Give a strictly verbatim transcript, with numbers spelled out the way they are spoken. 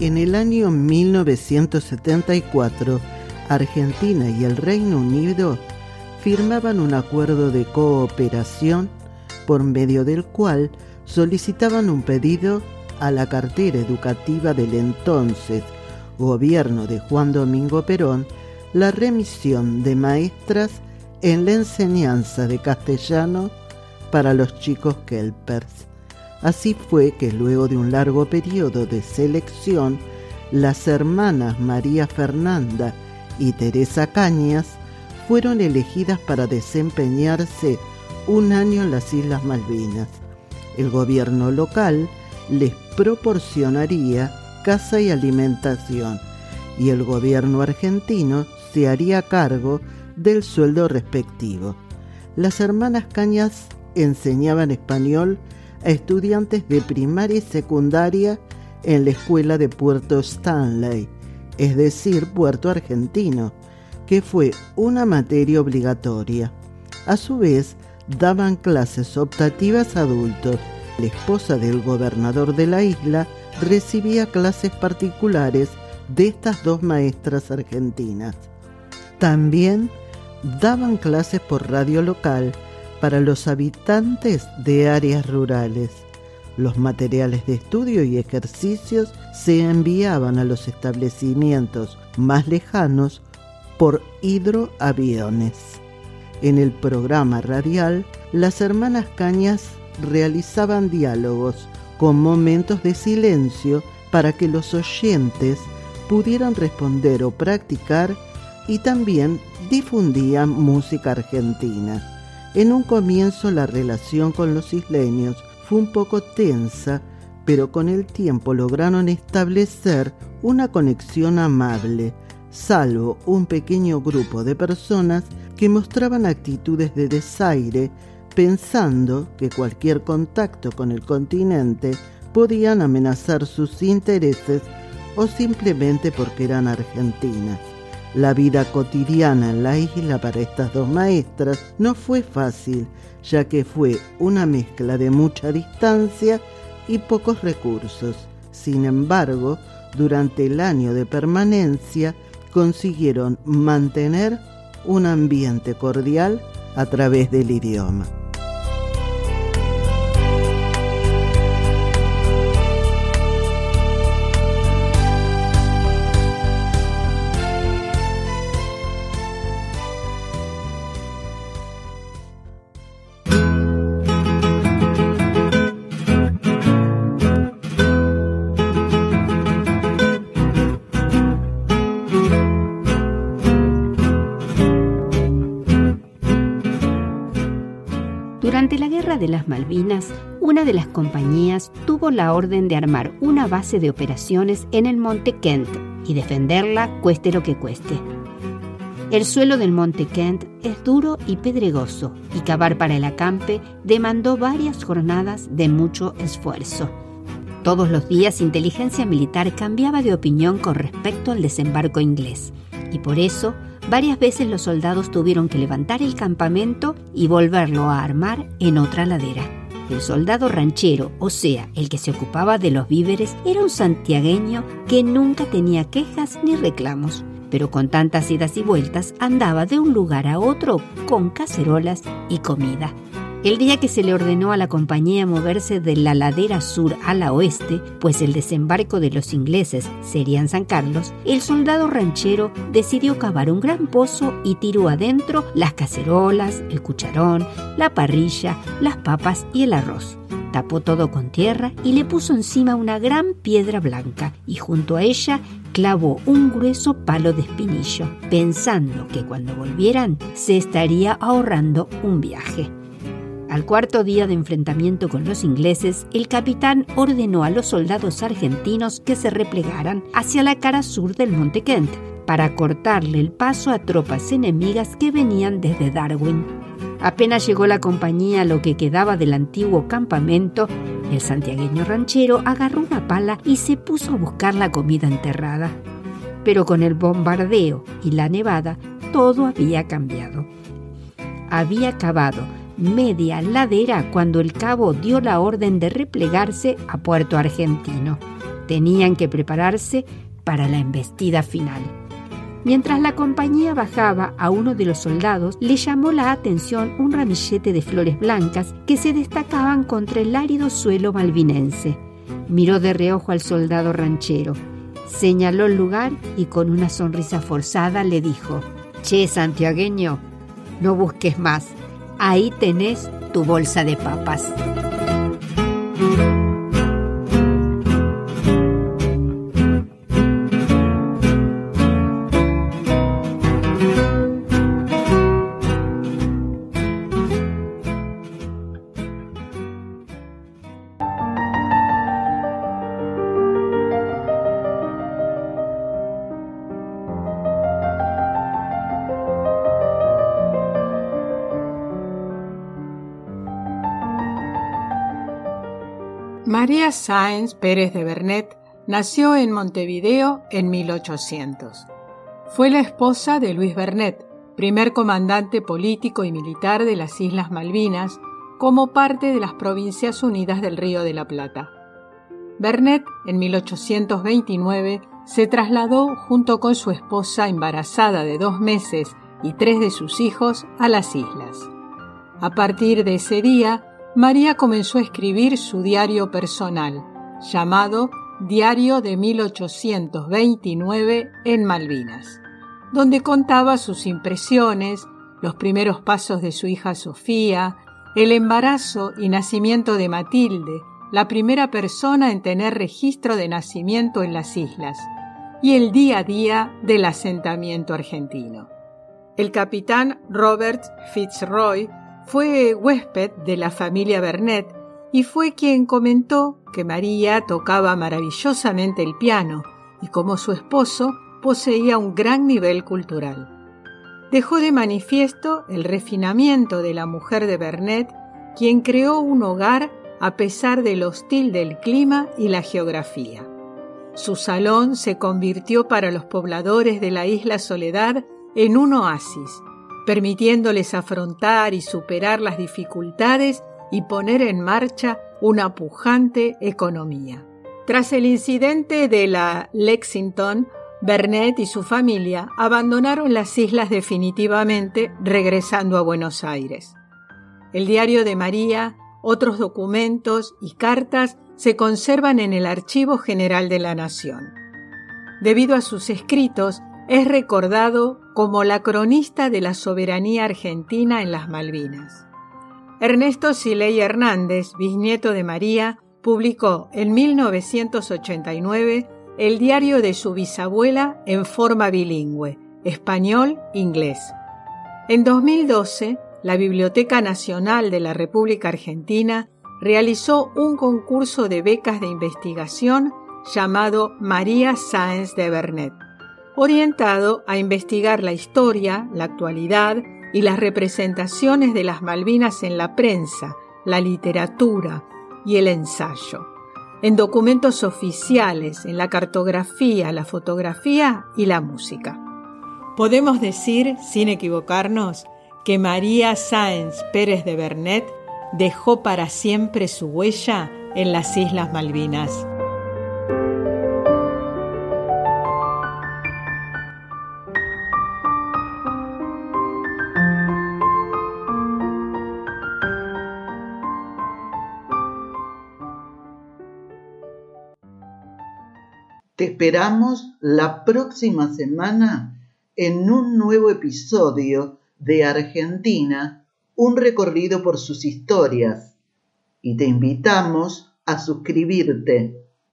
En el año mil novecientos setenta y cuatro, Argentina y el Reino Unido firmaban un acuerdo de cooperación por medio del cual solicitaban un pedido a la cartera educativa del entonces gobierno de Juan Domingo Perón la remisión de maestras en la enseñanza de castellano para los chicos kelpers. Así fue que luego de un largo periodo de selección, las hermanas María Fernanda y Teresa Cañas fueron elegidas para desempeñarse un año en las Islas Malvinas. El gobierno local les proporcionaría casa y alimentación, y el gobierno argentino se haría cargo del sueldo respectivo. Las hermanas Cañas enseñaban español a estudiantes de primaria y secundaria en la escuela de Puerto Stanley, es decir, Puerto Argentino, que fue una materia obligatoria. A su vez, daban clases optativas a adultos. La esposa del gobernador de la isla recibía clases particulares de estas dos maestras argentinas. También daban clases por radio local para los habitantes de áreas rurales. Los materiales de estudio y ejercicios se enviaban a los establecimientos más lejanos por hidroaviones. En el programa radial, las hermanas Cañas realizaban diálogos con momentos de silencio para que los oyentes pudieran responder o practicar, y también difundían música argentina. En un comienzo la relación con los isleños fue un poco tensa, pero con el tiempo lograron establecer una conexión amable, salvo un pequeño grupo de personas que mostraban actitudes de desaire, pensando que cualquier contacto con el continente podían amenazar sus intereses o simplemente porque eran argentinas. La vida cotidiana en la isla para estas dos maestras no fue fácil, ya que fue una mezcla de mucha distancia y pocos recursos. Sin embargo, durante el año de permanencia consiguieron mantener un ambiente cordial a través del idioma. Durante la Guerra de las Malvinas, una de las compañías tuvo la orden de armar una base de operaciones en el Monte Kent y defenderla cueste lo que cueste. El suelo del Monte Kent es duro y pedregoso, y cavar para el acampe demandó varias jornadas de mucho esfuerzo. Todos los días, inteligencia militar cambiaba de opinión con respecto al desembarco inglés, y por eso varias veces los soldados tuvieron que levantar el campamento y volverlo a armar en otra ladera. El soldado ranchero, o sea, el que se ocupaba de los víveres, era un santiagueño que nunca tenía quejas ni reclamos, pero con tantas idas y vueltas andaba de un lugar a otro con cacerolas y comida. El día que se le ordenó a la compañía moverse de la ladera sur a la oeste, pues el desembarco de los ingleses sería en San Carlos, el soldado ranchero decidió cavar un gran pozo y tiró adentro las cacerolas, el cucharón, la parrilla, las papas y el arroz. Tapó todo con tierra y le puso encima una gran piedra blanca, y junto a ella clavó un grueso palo de espinillo, pensando que cuando volvieran se estaría ahorrando un viaje. Al cuarto día de enfrentamiento con los ingleses, el capitán ordenó a los soldados argentinos que se replegaran hacia la cara sur del Monte Kent para cortarle el paso a tropas enemigas que venían desde Darwin. Apenas llegó la compañía a lo que quedaba del antiguo campamento, el santiagueño ranchero agarró una pala y se puso a buscar la comida enterrada. Pero con el bombardeo y la nevada, todo había cambiado. Había cavado media ladera cuando el cabo dio la orden de replegarse a Puerto Argentino. tenían que prepararse para la embestida final. Mientras la compañía bajaba, a uno de los soldados le llamó la atención un ramillete de flores blancas que se destacaban contra el árido suelo malvinense. Miró de reojo al soldado ranchero, señaló el lugar y con una sonrisa forzada le dijo: «Che, santiagueño, no busques más. Ahí tenés tu bolsa de papas». María Sáenz Pérez de Vernet nació en Montevideo en mil ochocientos. Fue la esposa de Luis Vernet, primer comandante político y militar de las Islas Malvinas, como parte de las Provincias Unidas del Río de la Plata. Vernet, en mil ochocientos veintinueve, se trasladó junto con su esposa embarazada de dos meses y tres de sus hijos a las islas. A partir de ese día, María comenzó a escribir su diario personal, llamado Diario de mil ochocientos veintinueve en Malvinas, donde contaba sus impresiones, los primeros pasos de su hija Sofía, el embarazo y nacimiento de Matilde, la primera persona en tener registro de nacimiento en las islas, y el día a día del asentamiento argentino. El capitán Robert Fitzroy fue huésped de la familia Vernet y fue quien comentó que María tocaba maravillosamente el piano y como su esposo poseía un gran nivel cultural. Dejó de manifiesto el refinamiento de la mujer de Vernet, quien creó un hogar a pesar del hostil del clima y la geografía. Su salón se convirtió para los pobladores de la isla Soledad en un oasis, permitiéndoles afrontar y superar las dificultades y poner en marcha una pujante economía. Tras el incidente de la Lexington, Vernet y su familia abandonaron las islas definitivamente, regresando a Buenos Aires. El diario de María, otros documentos y cartas se conservan en el Archivo General de la Nación. Debido a sus escritos, es recordado como la cronista de la soberanía argentina en las Malvinas. Ernesto Siley Hernández, bisnieto de María, publicó en mil novecientos ochenta y nueve el diario de su bisabuela en forma bilingüe, español-inglés. En dos mil doce, la Biblioteca Nacional de la República Argentina realizó un concurso de becas de investigación llamado María Sáenz de Vernet, orientado a investigar la historia, la actualidad y las representaciones de las Malvinas en la prensa, la literatura y el ensayo, en documentos oficiales, en la cartografía, la fotografía y la música. Podemos decir, sin equivocarnos, que María Sáenz Pérez de Vernet dejó para siempre su huella en las Islas Malvinas. Te esperamos la próxima semana en un nuevo episodio de Argentina, un recorrido por sus historias, y te invitamos a suscribirte